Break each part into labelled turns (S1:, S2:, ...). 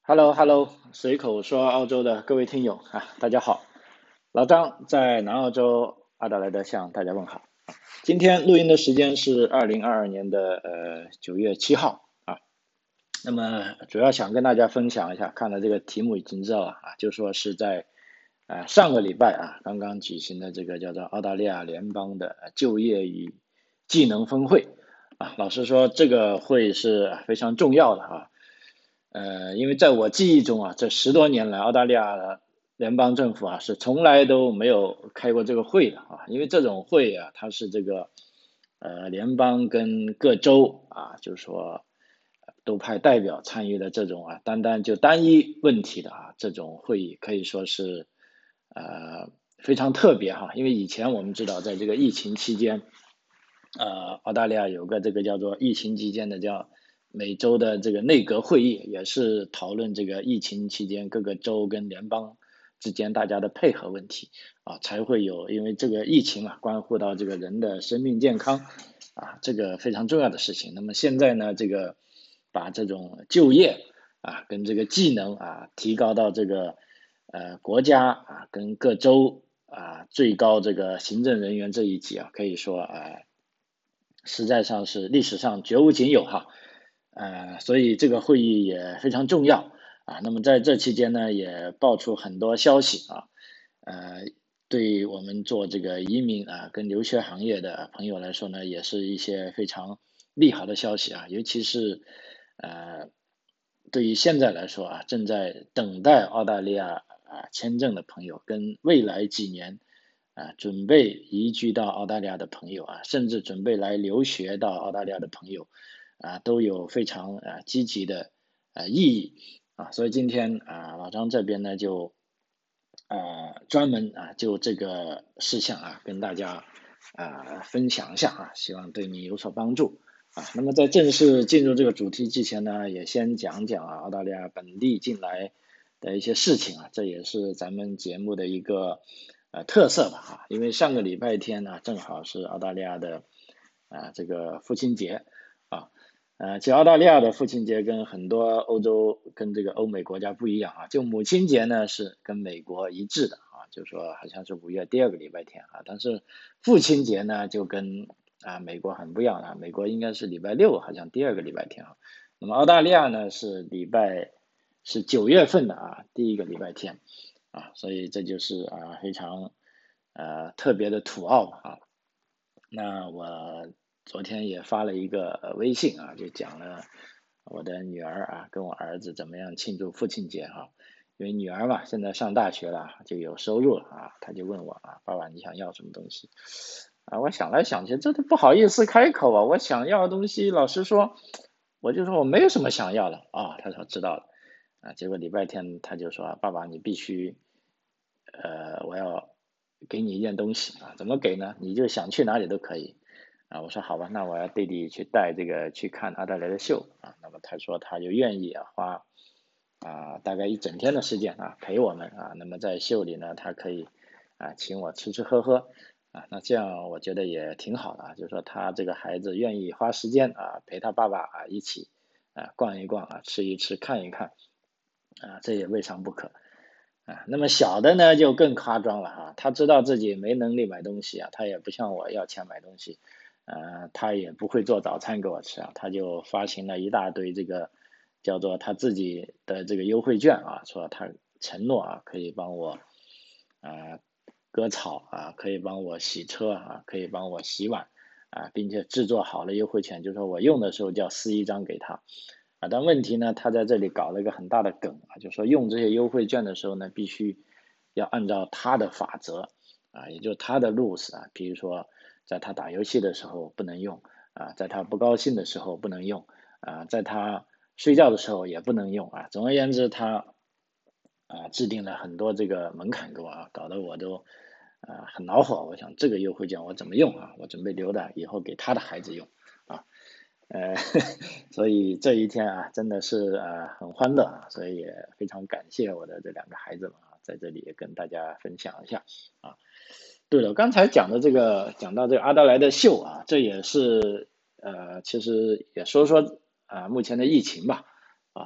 S1: h e l l o h e l l o 随口说澳洲的各位听友啊，大家好，老张在南澳洲阿德莱德向大家问好。今天录音的时间是2022年的9月7号啊。那么主要想跟大家分享一下，看了这个题目已经知道了啊，就说是在上个礼拜啊刚刚举行的这个叫做澳大利亚联邦的就业与技能峰会啊。老实说，这个会是非常重要的啊。因为在我记忆中啊，这10多年来，澳大利亚的联邦政府啊是从来都没有开过这个会的啊。因为这种会啊，它是这个联邦跟各州啊，就是说都派代表参与的这种啊，单单就单一问题的啊这种会议，可以说是呃非常特别哈。因为以前我们知道，在这个疫情期间，澳大利亚有个这个叫做疫情期间的叫每周的这个内阁会议，也是讨论这个疫情期间各个州跟联邦之间大家的配合问题啊，才会有，因为这个疫情啊关乎到这个人的生命健康啊，这个非常重要的事情。那么现在呢，这个把这种就业啊跟这个技能啊提高到这个国家啊跟各州啊最高这个行政人员这一级啊，可以说实在上是历史上绝无仅有哈。所以这个会议也非常重要啊。那么在这期间呢，也爆出很多消息啊，呃，对我们做这个移民啊跟留学行业的朋友来说呢，也是一些非常利好的消息啊。尤其是呃，对于现在来说啊，正在等待澳大利亚签证的朋友，跟未来几年准备移居到澳大利亚的朋友啊，甚至准备来留学到澳大利亚的朋友都有非常积极的意义啊。所以今天老张这边呢就专门就这个事项跟大家分享一下希望对你有所帮助那么在正式进入这个主题之前呢，也先讲讲澳大利亚本地近来的一些事情这也是咱们节目的一个特色吧因为上个礼拜天呢正好是澳大利亚的这个父亲节啊。其实澳大利亚的父亲节跟很多欧洲跟这个欧美国家不一样就母亲节呢是跟美国一致的就是说好像是5月第二个礼拜天但是父亲节呢就跟美国很不一样美国应该是礼拜六，好像第二个礼拜天那么澳大利亚呢是9月份的第一个礼拜天所以这就是非常特别的土澳那我昨天也发了一个微信就讲了我的女儿跟我儿子怎么样庆祝父亲节因为女儿嘛现在上大学了就有收入了她就问我爸爸你想要什么东西我想来想去这都不好意思开口我想要的东西老实说我就说我没有什么想要的他说知道了结果礼拜天他就说爸爸你必须我要给你一件东西怎么给呢？你就想去哪里都可以我说好吧，那我要弟弟去带这个去看阿德莱德秀那么他说他就愿意花大概一整天的时间陪我们那么在秀里呢，他可以请我吃吃喝喝那这样我觉得也挺好的就是说他这个孩子愿意花时间陪他爸爸一起逛一逛吃一吃看一看这也未尝不可那么小的呢就更夸张了他知道自己没能力买东西他也不向我要钱买东西他也不会做早餐给我吃他就发行了一大堆这个叫做他自己的这个优惠券说他承诺可以帮我割草可以帮我洗车可以帮我洗碗并且制作好了优惠券，就是说我用的时候就要撕一张给他但问题呢，他在这里搞了一个很大的梗就是说用这些优惠券的时候呢，必须要按照他的法则也就是他的 rules 比如说在他打游戏的时候不能用在他不高兴的时候不能用在他睡觉的时候也不能用总而言之，他制定了很多这个门槛给我搞得我都很恼火。我想这个优惠券我怎么用我准备留着以后给他的孩子用啊。所以这一天真的是很欢乐所以也非常感谢我的这两个孩子们在这里也跟大家分享一下对了，刚才讲到这个阿德莱的秀这也是其实也说说目前的疫情吧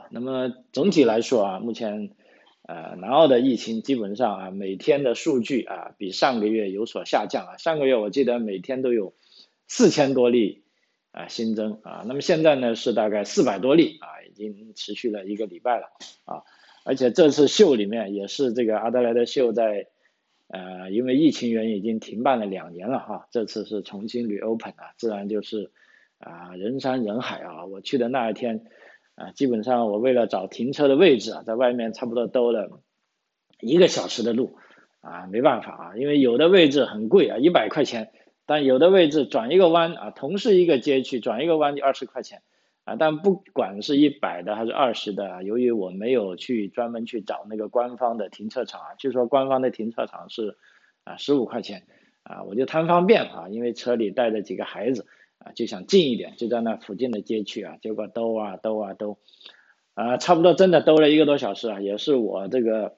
S1: 那么总体来说啊，目前南澳的疫情基本上啊每天的数据啊比上个月有所下降啊，上个月我记得每天都有4000多例新增啊，那么现在呢是大概400多例啊，已经持续了1个礼拜了啊，而且这次秀里面也是这个阿德莱德秀在因为疫情原因已经停办了2年了哈，这次是重新reopen啊，自然就是人山人海啊，我去的那一天基本上我为了找停车的位置啊，在外面差不多兜了1个小时的路没办法啊，因为有的位置很贵啊，100块钱，但有的位置转一个弯啊，同是一个街区转一个弯就20块钱但不管是100的还是20的，由于我没有专门去找那个官方的停车场据说官方的停车场是15块钱我就贪方便因为车里带着几个孩子就想近一点，就在那附近的街区结果兜差不多真的兜了1个多小时也是我这个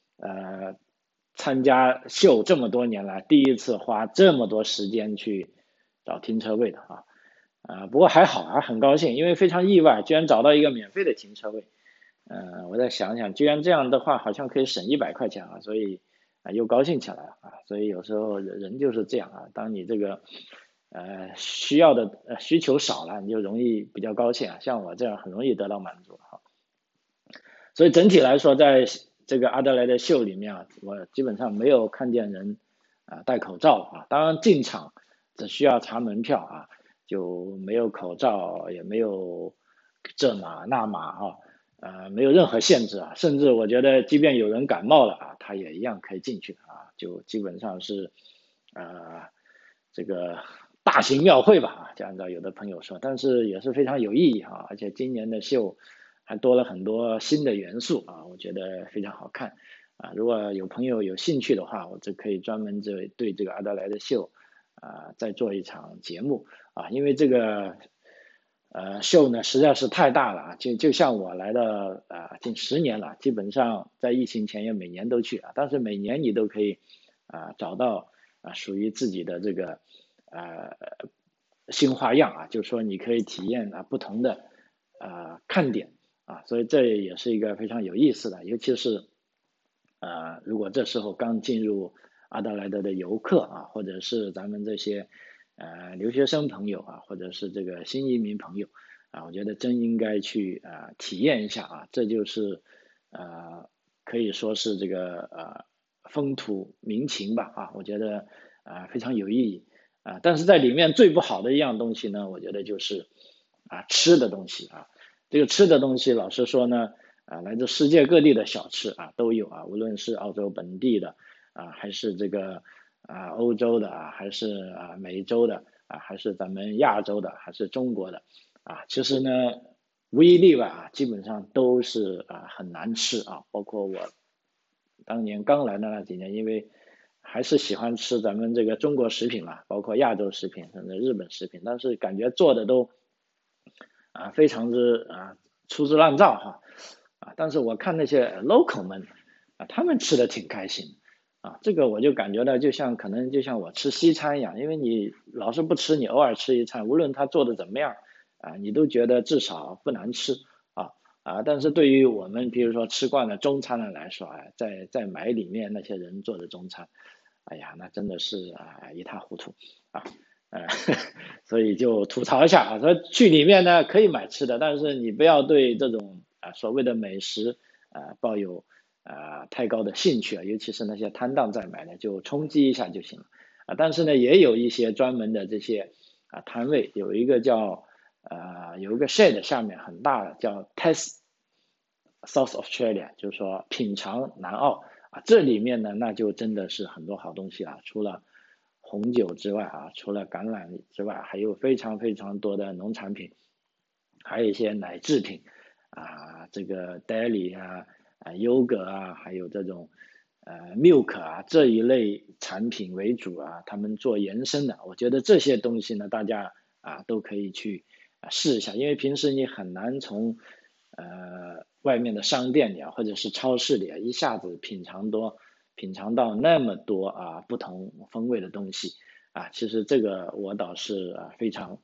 S1: 参加秀这么多年来第一次花这么多时间去找停车位的不过还好很高兴，因为非常意外，居然找到一个免费的停车位。我再想想，居然这样的话好像可以省100块钱所以又高兴起来了所以有时候人就是这样当你这个需要的需求少了，你就容易比较高兴像我这样很容易得到满足所以整体来说，在这个阿德莱德秀里面我基本上没有看见人戴口罩当然进场只需要查门票就没有口罩，也没有这码那码没有任何限制甚至我觉得即便有人感冒了他也一样可以进去就基本上是这个大型庙会吧就按照有的朋友说，但是也是非常有意义而且今年的秀还多了很多新的元素我觉得非常好看如果有朋友有兴趣的话，我就可以专门对这个阿德莱德秀再做一场节目因为这个秀呢实在是太大了就像我来了近10年了，基本上在疫情前也每年都去但是每年你都可以找到属于自己的这个新花样就是说你可以体验不同的看点所以这也是一个非常有意思的，尤其是如果这时候刚进入阿德莱德的游客或者是咱们这些留学生朋友或者是这个新移民朋友我觉得真应该去体验一下这就是可以说是这个风土民情吧我觉得非常有意义但是在里面最不好的一样东西呢，我觉得就是吃的东西这个吃的东西老实说呢来自世界各地的小吃都有无论是澳洲本地的还是这个欧洲的还是美洲的还是咱们亚洲的还是中国的其实呢无一例外基本上都是很难吃包括我当年刚来的那几年，因为还是喜欢吃咱们这个中国食品嘛，包括亚洲食品甚至日本食品，但是感觉做的都非常之粗制滥造但是我看那些 local 们他们吃的挺开心这个我就感觉到可能就像我吃西餐一样，因为你老是不吃，你偶尔吃一餐，无论他做的怎么样你都觉得至少不难吃但是对于我们比如说吃惯了中餐的来说在买里面那些人做的中餐，哎呀，那真的是一塌糊涂所以就吐槽一下说去里面呢可以买吃的，但是你不要对这种所谓的美食抱有太高的兴趣尤其是那些摊档在买的，就冲击一下就行了但是呢，也有一些专门的这些摊位，有一个有一个 shed 下面很大的叫 Test South Australia， 就是说品尝南澳这里面呢那就真的是很多好东西除了红酒之外除了橄榄之外，还有非常非常多的农产品，还有一些奶制品这个 dairy yogurt 还有这种milk 这一类产品为主他们做延伸的，我觉得这些东西呢，大家都可以去试一下，因为平时你很难从外面的商店里或者是超市里一下子品尝到那么多不同风味的东西其实这个我倒是非常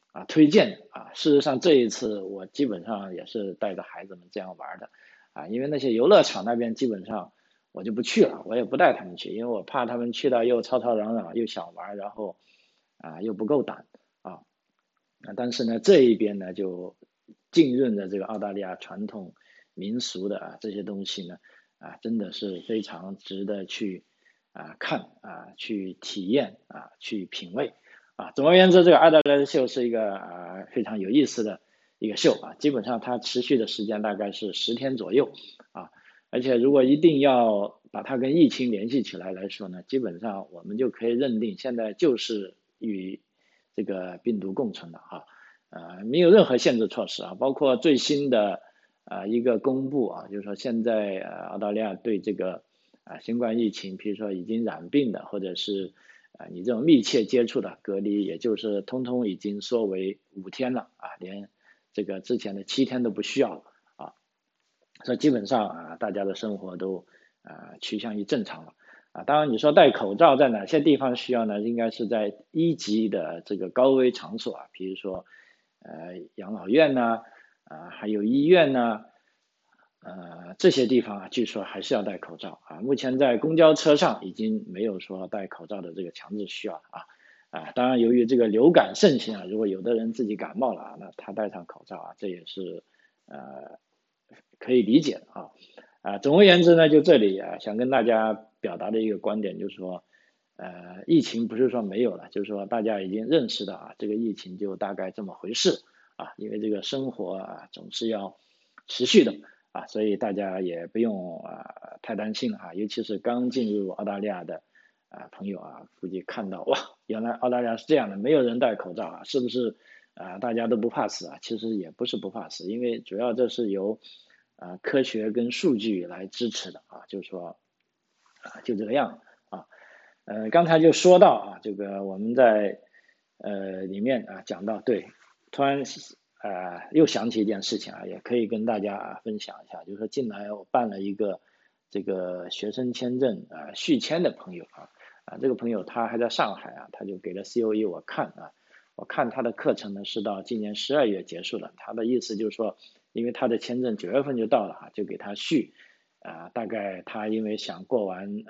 S1: 推荐的事实上这一次我基本上也是带着孩子们这样玩的因为那些游乐场那边基本上我就不去了，我也不带他们去，因为我怕他们去到又吵吵嚷嚷又想玩，然后又不够胆啊。但是呢这一边呢就浸润的这个澳大利亚传统民俗的这些东西呢真的是非常值得去看去体验去品味总而言之，这个澳大利亚的秀是一个非常有意思的一个秀基本上它持续的时间大概是10天左右啊，而且如果一定要把它跟疫情联系起来说呢，基本上我们就可以认定现在就是与这个病毒共存的没有任何限制措施包括最新的一个公布就是说现在澳大利亚对这个新冠疫情，比如说已经染病的，或者是你这种密切接触的隔离，也就是通通已经缩为5天了连这个之前的7天都不需要了所以基本上大家的生活都趋向于正常了当然你说戴口罩在哪些地方需要呢？应该是在1级的这个高危场所比如说养老院呐还有医院呐这些地方据说还是要戴口罩目前在公交车上已经没有说戴口罩的这个强制需要了当然由于这个流感盛行如果有的人自己感冒了那他戴上口罩这也是可以理解的总而言之呢，就这里想跟大家表达的一个观点就是说疫情不是说没有了，就是说大家已经认识到这个疫情就大概这么回事因为这个生活总是要持续的所以大家也不用太担心尤其是刚进入澳大利亚的朋友估计看到哇，原来澳大利亚是这样的，没有人戴口罩是不是大家都不怕死其实也不是不怕死，因为主要这是由科学跟数据来支持的就是说就这个样刚才就说到这个我们在里面讲到对，突然又想起一件事情也可以跟大家分享一下，就是说近来我办了一个这个学生签证续签的朋友这个朋友他还在上海他就给了 COE 我看我看他的课程呢是到今年12月结束了，他的意思就是说因为他的签证9月份就到了就给他续大概他因为想过完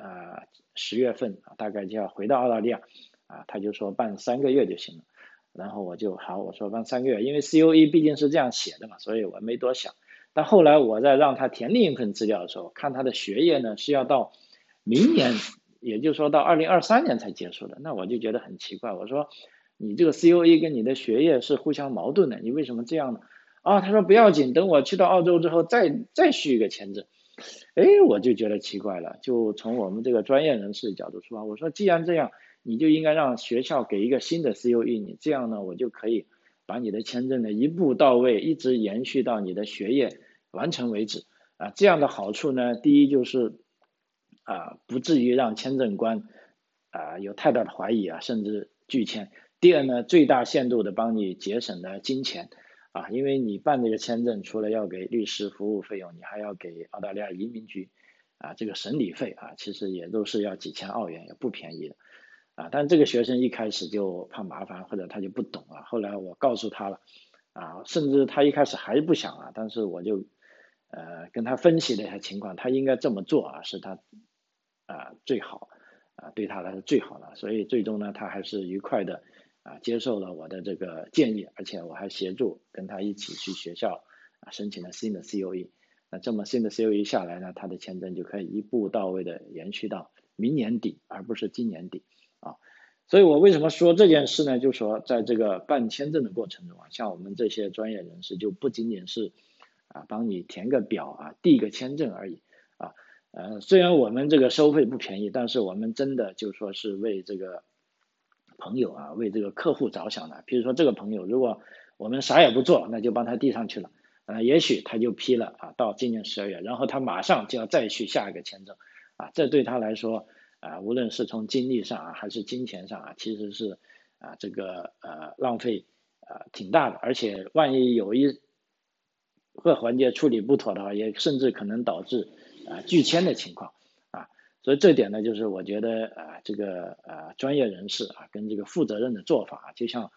S1: 10月份大概就要回到澳大利亚他就说办3个月就行了，然后我就好我说办3个月，因为 COE 毕竟是这样写的嘛，所以我没多想，但后来我在让他填另一份资料的时候，看他的学业呢是要到明年，也就是说到2023年才结束的，那我就觉得很奇怪，我说你这个 COE 跟你的学业是互相矛盾的，你为什么这样呢？他说不要紧，等我去到澳洲之后再续一个签证。我就觉得奇怪了，就从我们这个专业人士的角度出发，我说既然这样，你就应该让学校给一个新的 COE，你这样呢，我就可以把你的签证呢一步到位，一直延续到你的学业完成为止这样的好处呢，第一就是不至于让签证官有太大的怀疑甚至拒签。第二呢，最大限度的帮你节省了金钱因为你办这个签证，除了要给律师服务费用，你还要给澳大利亚移民局这个审理费其实也都是要几千澳元，也不便宜的但这个学生一开始就怕麻烦，或者他就不懂后来我告诉他了甚至他一开始还不想但是我就跟他分析了一下情况，他应该这么做是他最好对他来说最好的，所以最终呢，他还是愉快的接受了我的这个建议，而且我还协助跟他一起去学校申请了新的 COE。那这么新的 COE 下来呢，他的签证就可以一步到位的延续到明年底，而不是今年底所以我为什么说这件事呢？就是说在这个办签证的过程中像我们这些专业人士就不仅仅是帮你填个表递个签证而已虽然我们这个收费不便宜，但是我们真的就说是为这个朋友为这个客户着想的。比如说这个朋友，如果我们啥也不做，那就帮他递上去了也许他就批了到今年12月，然后他马上就要再续下一个签证这对他来说无论是从精力上还是金钱上其实是这个浪费挺大的，而且万一有一个环节处理不妥的话，也甚至可能导致拒签的情况所以这点呢，就是我觉得这个专业人士跟这个负责任的做法就像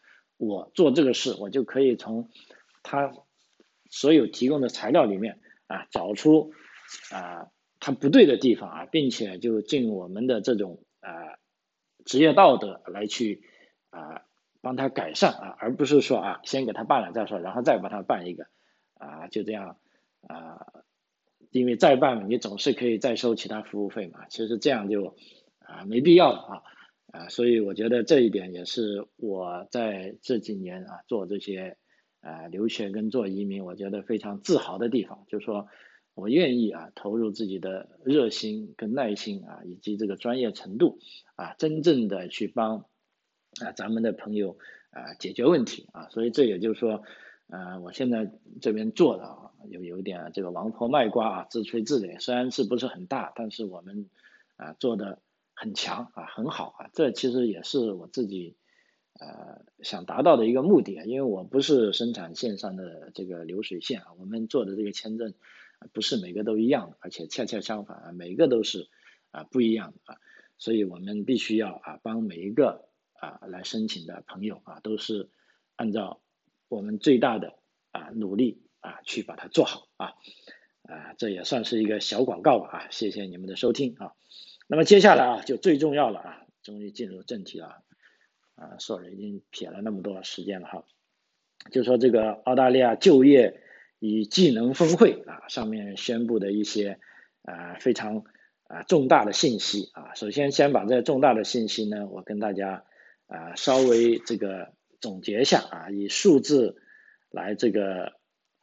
S1: 我做这个事，我就可以从他所有提供的材料里面找出他不对的地方并且就尽我们的这种职业道德来去帮他改善而不是说先给他办了再说，然后再帮他办一个就这样因为再办你总是可以再收其他服务费嘛，其实这样就没必要了所以我觉得这一点也是我在这几年做这些留学跟做移民，我觉得非常自豪的地方，就是说我愿意投入自己的热心跟耐心以及这个专业程度真正的去帮咱们的朋友解决问题所以这也就是说我现在这边做的有一点这个王婆卖瓜自吹自擂，虽然是不是很大，但是我们做的很强很好这其实也是我自己想达到的一个目的因为我不是生产线上的这个流水线我们做的这个签证不是每个都一样的，而且恰恰相反每个都是不一样的所以我们必须要帮每一个来申请的朋友都是按照我们最大的努力去把它做好这也算是一个小广告吧谢谢你们的收听那么接下来就最重要了终于进入正题了sorry 已经撇了那么多时间了就说这个澳大利亚就业与技能峰会上面宣布的一些非常重大的信息首先先把这重大的信息呢我跟大家稍微这个总结一下以数字来这个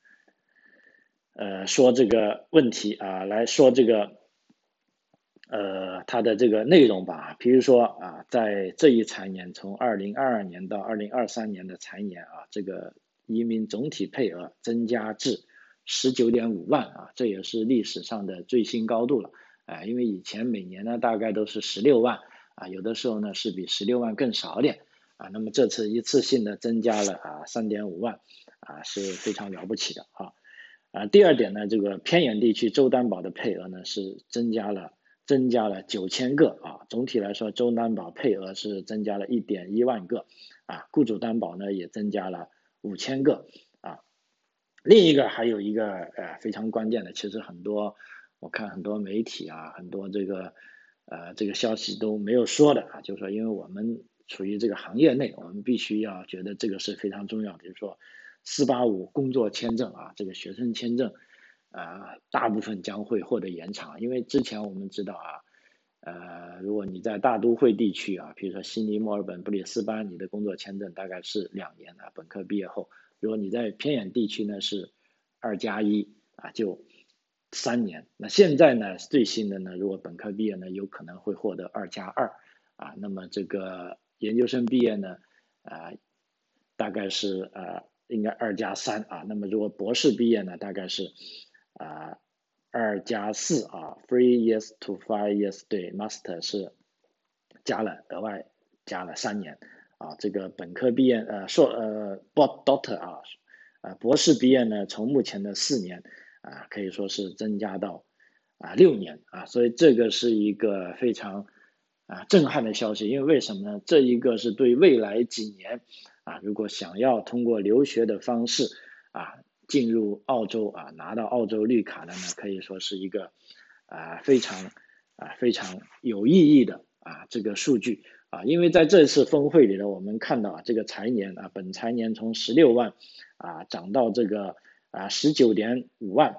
S1: 说这个问题来说这个它的这个内容吧，比如说在这一财年，从2022年到2023年的财年这个移民总体配额增加至19.5万这也是历史上的最新高度了因为以前每年呢大概都是16万有的时候呢是比16万更少点那么这次一次性的增加了3.5万是非常了不起的第二点呢，这个偏远地区州担保的配额呢是增加了9000个总体来说州担保配额是增加了1.1万个雇主担保呢也增加了5000个另一个还有一个非常关键的，其实我看很多媒体很多这个消息都没有说的就是说因为我们处于这个行业内，我们必须要觉得这个是非常重要的，就是说485工作签证这个学生签证大部分将会获得延长，因为之前我们知道如果你在大都会地区比如说悉尼、墨尔本、布里斯班，你的工作签证大概是2年本科毕业后，如果你在偏远地区呢是2+1就3年。那现在呢最新的呢，如果本科毕业呢有可能会获得2+2那么这个研究生毕业呢大概是应该2+3那么如果博士毕业呢大概是2+4 3 years to 5 years， 对 Master 是额外加了3年这个本科毕业Doctor 博士毕业呢从目前的4年可以说是增加到6年所以这个是一个非常震撼的消息，因为为什么呢？这一个是对未来几年如果想要通过留学的方式进入澳洲拿到澳洲绿卡的呢，可以说是一个非常有意义的这个数据因为在这次峰会里呢，我们看到这个财年本财年从16万涨到这个19.5万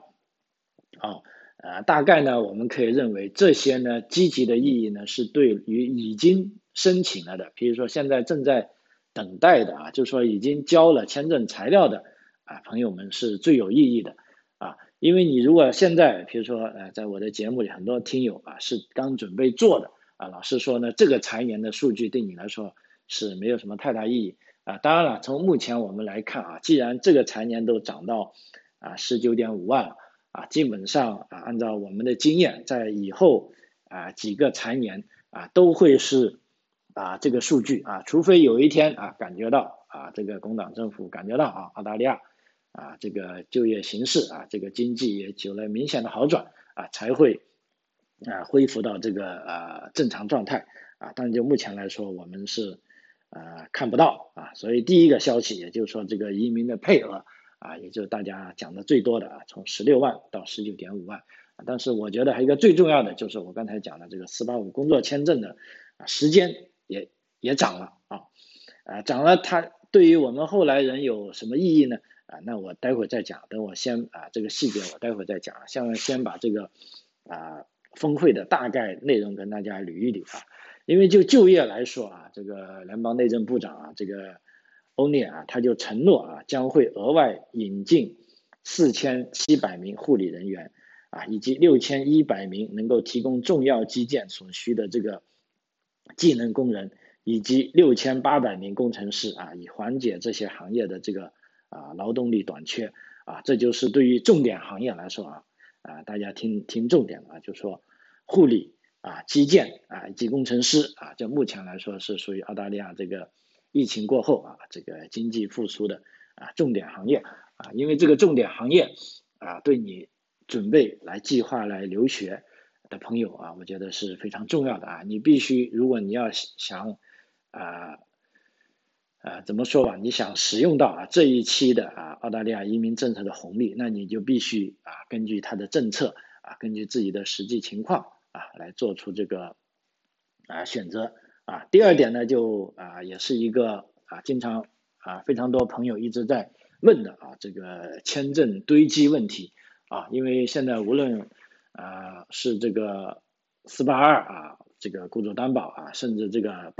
S1: 大概呢我们可以认为这些呢积极的意义呢是对于已经申请了的，比如说现在正在等待的就是说已经交了签证材料的朋友们是最有意义的因为你如果现在比如说在我的节目里很多听友是刚准备做的老师说呢这个财年的数据对你来说是没有什么太大意义当然了从目前我们来看既然这个财年都涨到19.5万基本上按照我们的经验在以后几个财年都会是这个数据除非有一天感觉到这个工党政府感觉到澳大利亚这个就业形势这个经济也有了明显的好转才会恢复到这个正常状态但就目前来说我们是看不到啊，所以第一个消息，也就是说这个移民的配额啊，也就是大家讲的最多的啊，从16万到19.5万。但是我觉得还有一个最重要的就是我刚才讲的这个485工作签证的时间也涨了涨了，它对于我们后来人有什么意义呢？那我待会儿再讲，等我先这个细节我待会儿再讲，先把这个峰会的大概内容跟大家捋一捋因为就业来说这个联邦内政部长这个欧涅他就承诺将会额外引进4700名护理人员以及6100名能够提供重要基建所需的这个技能工人，以及6800名工程师以缓解这些行业的这个劳动力短缺这就是对于重点行业来说大家听重点了就是说护理基建以及工程师这目前来说是属于澳大利亚这个疫情过后这个经济复苏的重点行业因为这个重点行业对你准备来计划来留学的朋友我觉得是非常重要的你必须如果你要想怎么说吧，你想使用到这一期的澳大利亚移民政策的红利，那你就必须根据它的政策根据自己的实际情况来做出这个选择第二点呢，就也是一个经常非常多朋友一直在问的这个签证堆积问题因为现在无论是这个482这个雇主担保甚至这个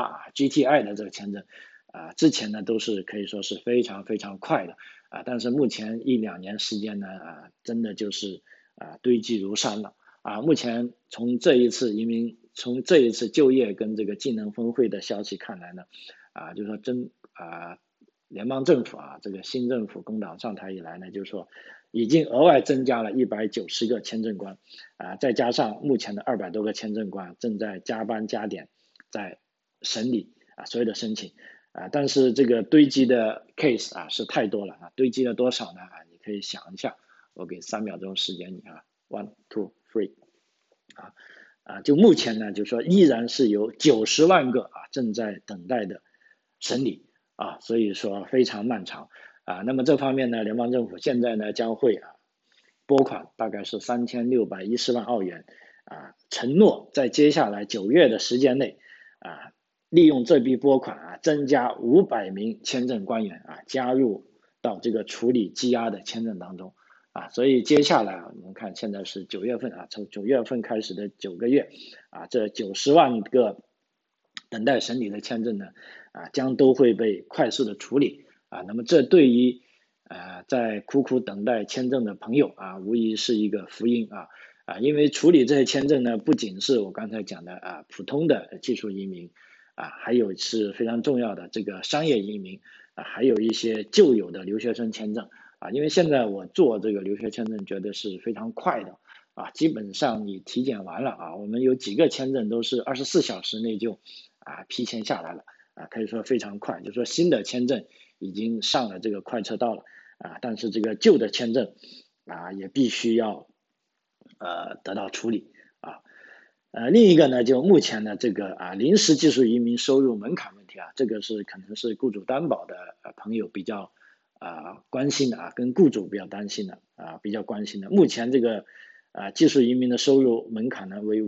S1: 858GTI 的这个签证之前呢都是可以说是非常非常快的但是目前1-2年时间呢真的就是堆积如山了目前从这一次就业跟这个技能峰会的消息看来呢就是说联邦政府这个新政府工党上台以来呢，就是说已经额外增加了190个签证官再加上目前的200多个签证官正在加班加点在审理所有的申请但是这个堆积的 case 是太多了堆积了多少呢你可以想一下，我给3秒钟时间你1 2 3就目前呢，就是说依然是有90万个正在等待的审理所以说非常漫长那么这方面呢，联邦政府现在呢将会拨款大概是3610万澳元承诺在接下来9月的时间内利用这笔拨款增加500名签证官员加入到这个处理积压的签证当中所以接下来我们看现在是9月份从9月份开始的9个月这90万个等待审理的签证呢将都会被快速的处理那么这对于在苦苦等待签证的朋友无疑是一个福音因为处理这些签证呢，不仅是我刚才讲的普通的技术移民还有是非常重要的这个商业移民还有一些旧有的留学生签证因为现在我做这个留学签证觉得是非常快的基本上你体检完了我们有几个签证都是24小时内就批签下来了可以说非常快，就是说新的签证已经上了这个快车道了但是这个旧的签证也必须要得到处理另一个呢，就目前的这个临时技术移民收入门槛问题这个是可能是雇主担保的朋友比较关心的跟雇主比较担心的比较关心的。目前这个技术移民的收入门槛呢为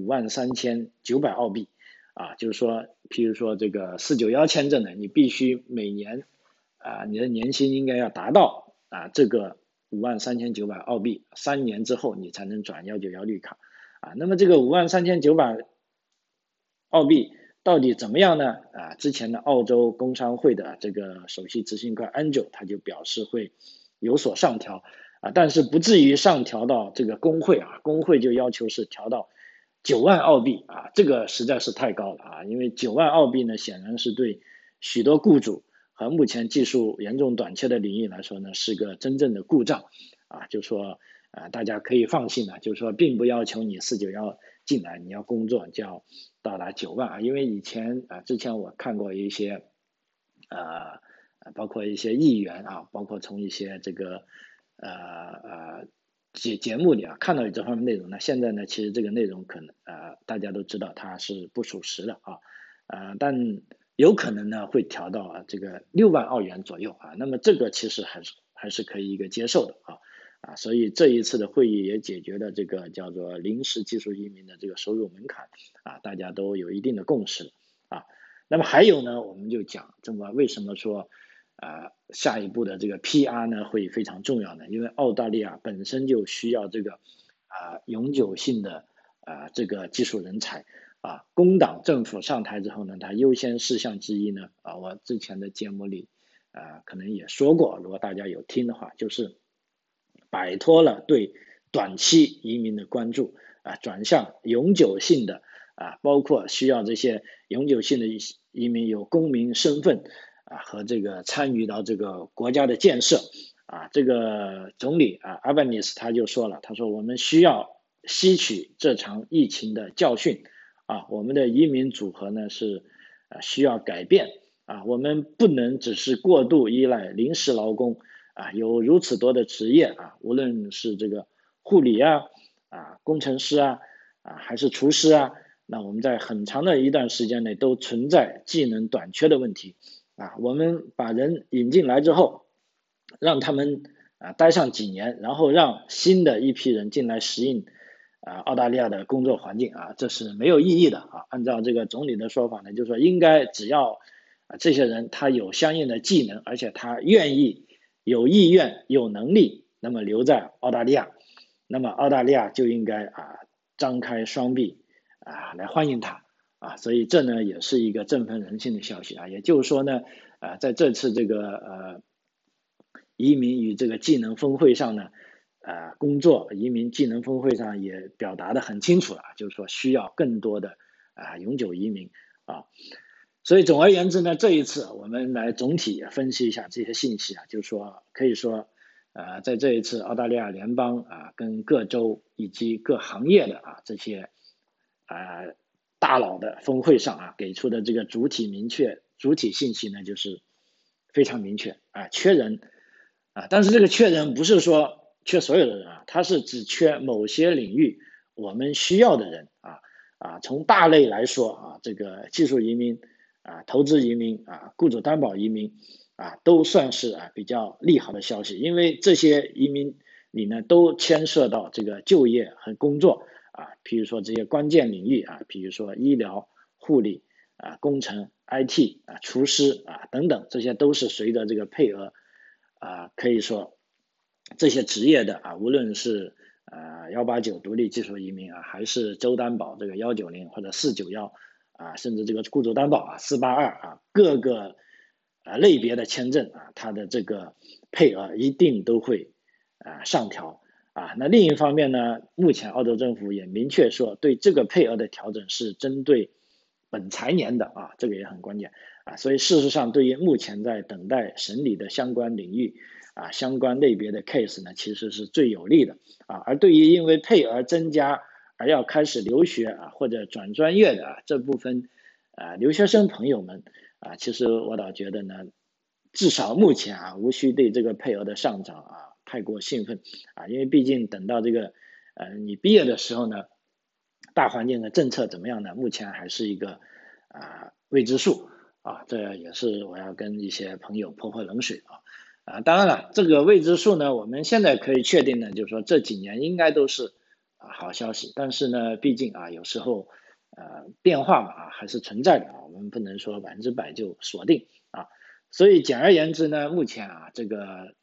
S1: 53900澳币就是说，譬如说这个491签证呢，你必须每年你的年薪应该要达到这个53900澳币，3年之后你才能转191绿卡那么这个53900澳币到底怎么样呢之前的澳洲工商会的这个首席执行官 Angel 他就表示会有所上调但是不至于上调到这个工会工会就要求是调到9万澳币这个实在是太高了因为9万澳币呢显然是对许多雇主和目前技术严重短缺的领域来说呢是个真正的故障就说大家可以放心就是说并不要求你491进来你要工作就要到达9万因为之前我看过一些包括一些议员包括从一些这个节目里看到这方面内容呢，现在呢其实这个内容可能大家都知道它是不属实的但有可能呢会调到这个6万澳元左右啊，那么这个其实还是可以一个接受的所以这一次的会议也解决了这个叫做临时技术移民的这个收入门槛大家都有一定的共识啊。那么还有呢，我们就讲为什么说下一步的这个 PR 呢会非常重要呢？因为澳大利亚本身就需要这个永久性的这个技术人才工党政府上台之后呢，它优先事项之一呢我之前的节目里可能也说过，如果大家有听的话，就是摆脱了对短期移民的关注转向永久性的包括需要这些永久性的移民有公民身份和这个参与到这个国家的建设这个总理阿班尼斯他就说了，他说我们需要吸取这场疫情的教训我们的移民组合呢是需要改变我们不能只是过度依赖临时劳工有如此多的职业无论是这个护理工程师还是厨师那我们在很长的一段时间内都存在技能短缺的问题我们把人引进来之后，让他们待上几年，然后让新的一批人进来适应澳大利亚的工作环境这是没有意义的按照这个总理的说法呢，就是说应该只要这些人他有相应的技能，而且他愿意、有意愿、有能力，那么留在澳大利亚，那么澳大利亚就应该张开双臂来欢迎他所以这呢也是一个振奋人心的消息也就是说呢在这次这个移民与这个技能峰会上呢工作移民技能峰会上也表达的很清楚了，就是说需要更多的永久移民所以总而言之呢，这一次我们来总体分析一下这些信息就是说可以说在这一次澳大利亚联邦跟各州以及各行业的这些大佬的峰会上给出的这个主体信息呢，就是非常明确缺人但是这个缺人不是说缺所有的人它是只缺某些领域我们需要的人从大类来说这个技术移民投资移民雇主担保移民都算是比较利好的消息，因为这些移民里呢都牵涉到这个就业和工作比如说这些关键领域比如说医疗、护理工程、IT 厨师等等，这些都是随着这个配额可以说这些职业的无论是189独立技术移民还是州担保这个190或者491甚至这个雇主担保482各个类别的签证它的这个配额一定都会上调那另一方面呢，目前澳洲政府也明确说，对这个配额的调整是针对本财年的这个也很关键所以事实上，对于目前在等待审理的相关领域相关类别的 case 呢，其实是最有利的而对于因为配额增加而要开始留学或者转专业的这部分留学生朋友们其实我倒觉得呢，至少目前无需对这个配额的上涨太过兴奋因为毕竟等到这个你毕业的时候呢，大环境的政策怎么样呢？目前还是一个未知数这也是我要跟一些朋友泼泼冷水当然了，这个未知数呢，我们现在可以确定的，就是说这几年应该都是好消息，但是呢，毕竟有时候变化嘛还是存在的我们不能说100%就锁定所以简而言之呢，目前这个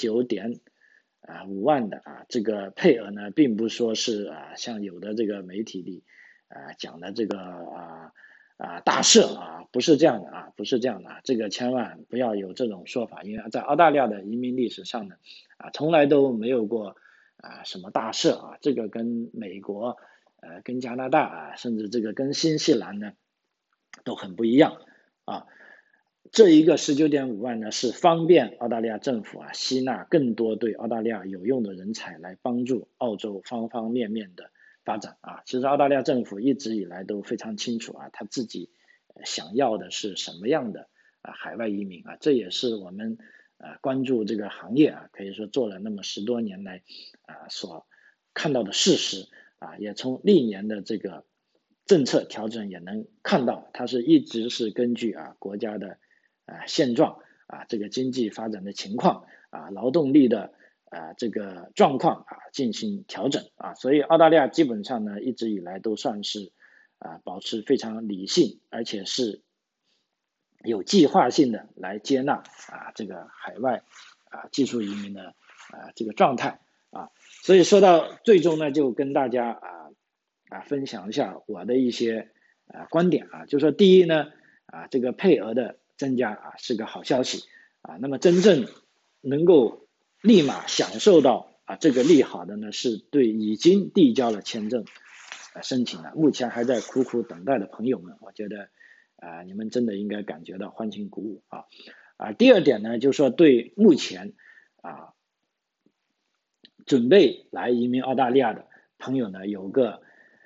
S1: 19.5万的这个配额呢，并不说是像有的这个媒体里讲的这个大赦不是这样的不是这样的这个千万不要有这种说法，因为在澳大利亚的移民历史上呢从来都没有过什么大赦这个跟美国跟加拿大甚至这个跟新西兰呢都很不一样这一个19.5万呢，是方便澳大利亚政府吸纳更多对澳大利亚有用的人才，来帮助澳洲方方面面的发展其实澳大利亚政府一直以来都非常清楚他自己想要的是什么样的海外移民这也是我们关注这个行业可以说做了那么10多年来所看到的事实也从历年的这个政策调整也能看到，它是一直是根据国家的现状这个经济发展的情况劳动力的这个状况进行调整所以澳大利亚基本上呢一直以来都算是保持非常理性，而且是有计划性的来接纳这个海外技术移民的这个状态所以说到最终呢，就跟大家分享一下我的一些观点就说第一呢这个配额的增加是个好消息那么真正能够立马享受到这个利好的呢，是对已经递交了签证申请的，目前还在苦苦等待的朋友们，我觉得你们真的应该感觉到欢欣鼓舞第二点呢，就是说对目前准备来移民澳大利亚的朋友呢，有个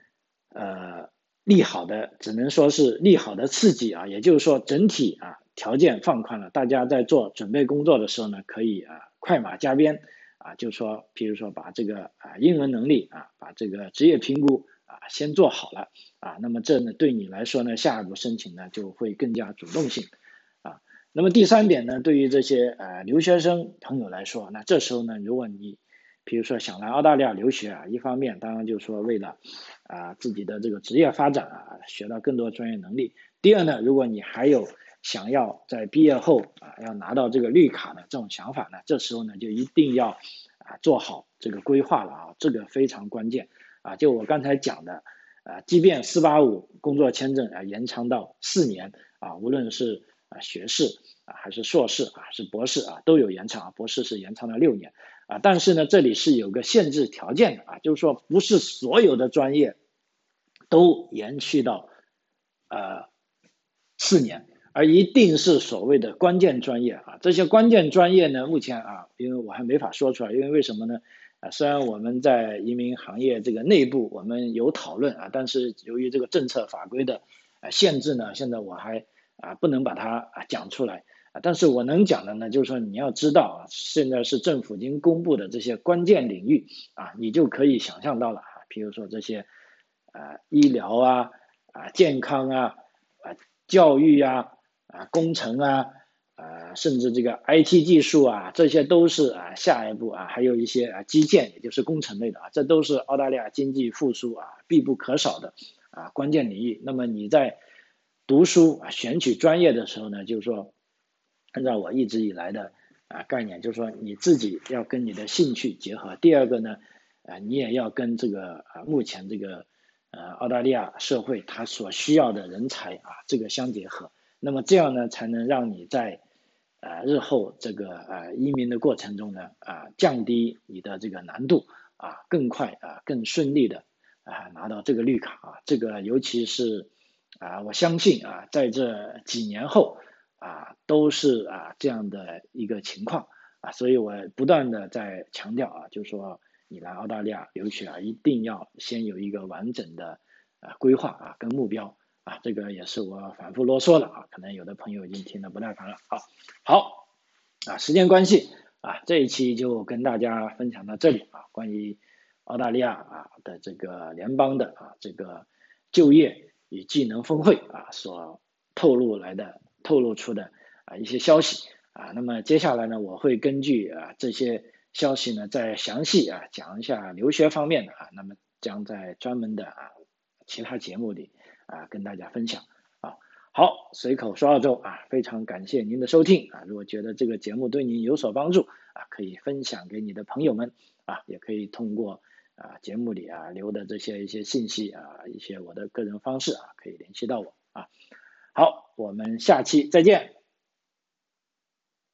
S1: 利好的，只能说是利好的刺激也就是说整体条件放宽了，大家在做准备工作的时候呢，可以快马加鞭就是说，比如说把这个英文能力把这个职业评估先做好了那么这呢对你来说呢，下一步申请呢就会更加主动性那么第三点呢，对于这些留学生朋友来说，那这时候呢，如果你比如说想来澳大利亚留学一方面当然就是说为了自己的这个职业发展学到更多专业能力。第二呢，如果你还有想要在毕业后要拿到这个绿卡的这种想法呢，这时候呢就一定要做好这个规划了这个非常关键就我刚才讲的即便485工作签证延长到4年无论是学士还是硕士还是博士都有延长博士是延长到6年但是呢这里是有个限制条件的就是说不是所有的专业都延续到4年，而一定是所谓的关键专业这些关键专业呢，目前因为我还没法说出来，因为为什么呢？虽然我们在移民行业这个内部我们有讨论但是由于这个政策法规的限制呢，现在我还不能把它讲出来但是我能讲的呢，就是说你要知道现在是政府已经公布的这些关键领域你就可以想象到了比如说这些医疗健康教育工程甚至这个 IT 技术这些都是下一步还有一些基建，也就是工程类的这都是澳大利亚经济复苏必不可少的关键领域。那么你在读书选取专业的时候呢，就是说按照我一直以来的概念，就是说你自己要跟你的兴趣结合。第二个呢你也要跟这个目前这个澳大利亚社会它所需要的人才这个相结合。那么这样呢，才能让你在日后这个移民的过程中呢降低你的这个难度更快更顺利的拿到这个绿卡这个尤其是我相信在这几年后都是这样的一个情况所以我不断的在强调就是说你来澳大利亚留学一定要先有一个完整的规划跟目标这个也是我反复啰嗦了可能有的朋友已经听得不耐烦了好时间关系这一期就跟大家分享到这里关于澳大利亚的这个联邦的这个就业与技能峰会所透露出的一些消息那么接下来呢，我会根据这些消息呢再详细讲一下留学方面的那么将在专门的其他节目里跟大家分享好，随口说澳洲非常感谢您的收听如果觉得这个节目对您有所帮助可以分享给你的朋友们也可以通过节目里留的这些一些信息一些我的个人方式可以联系到我好，我们下期再见。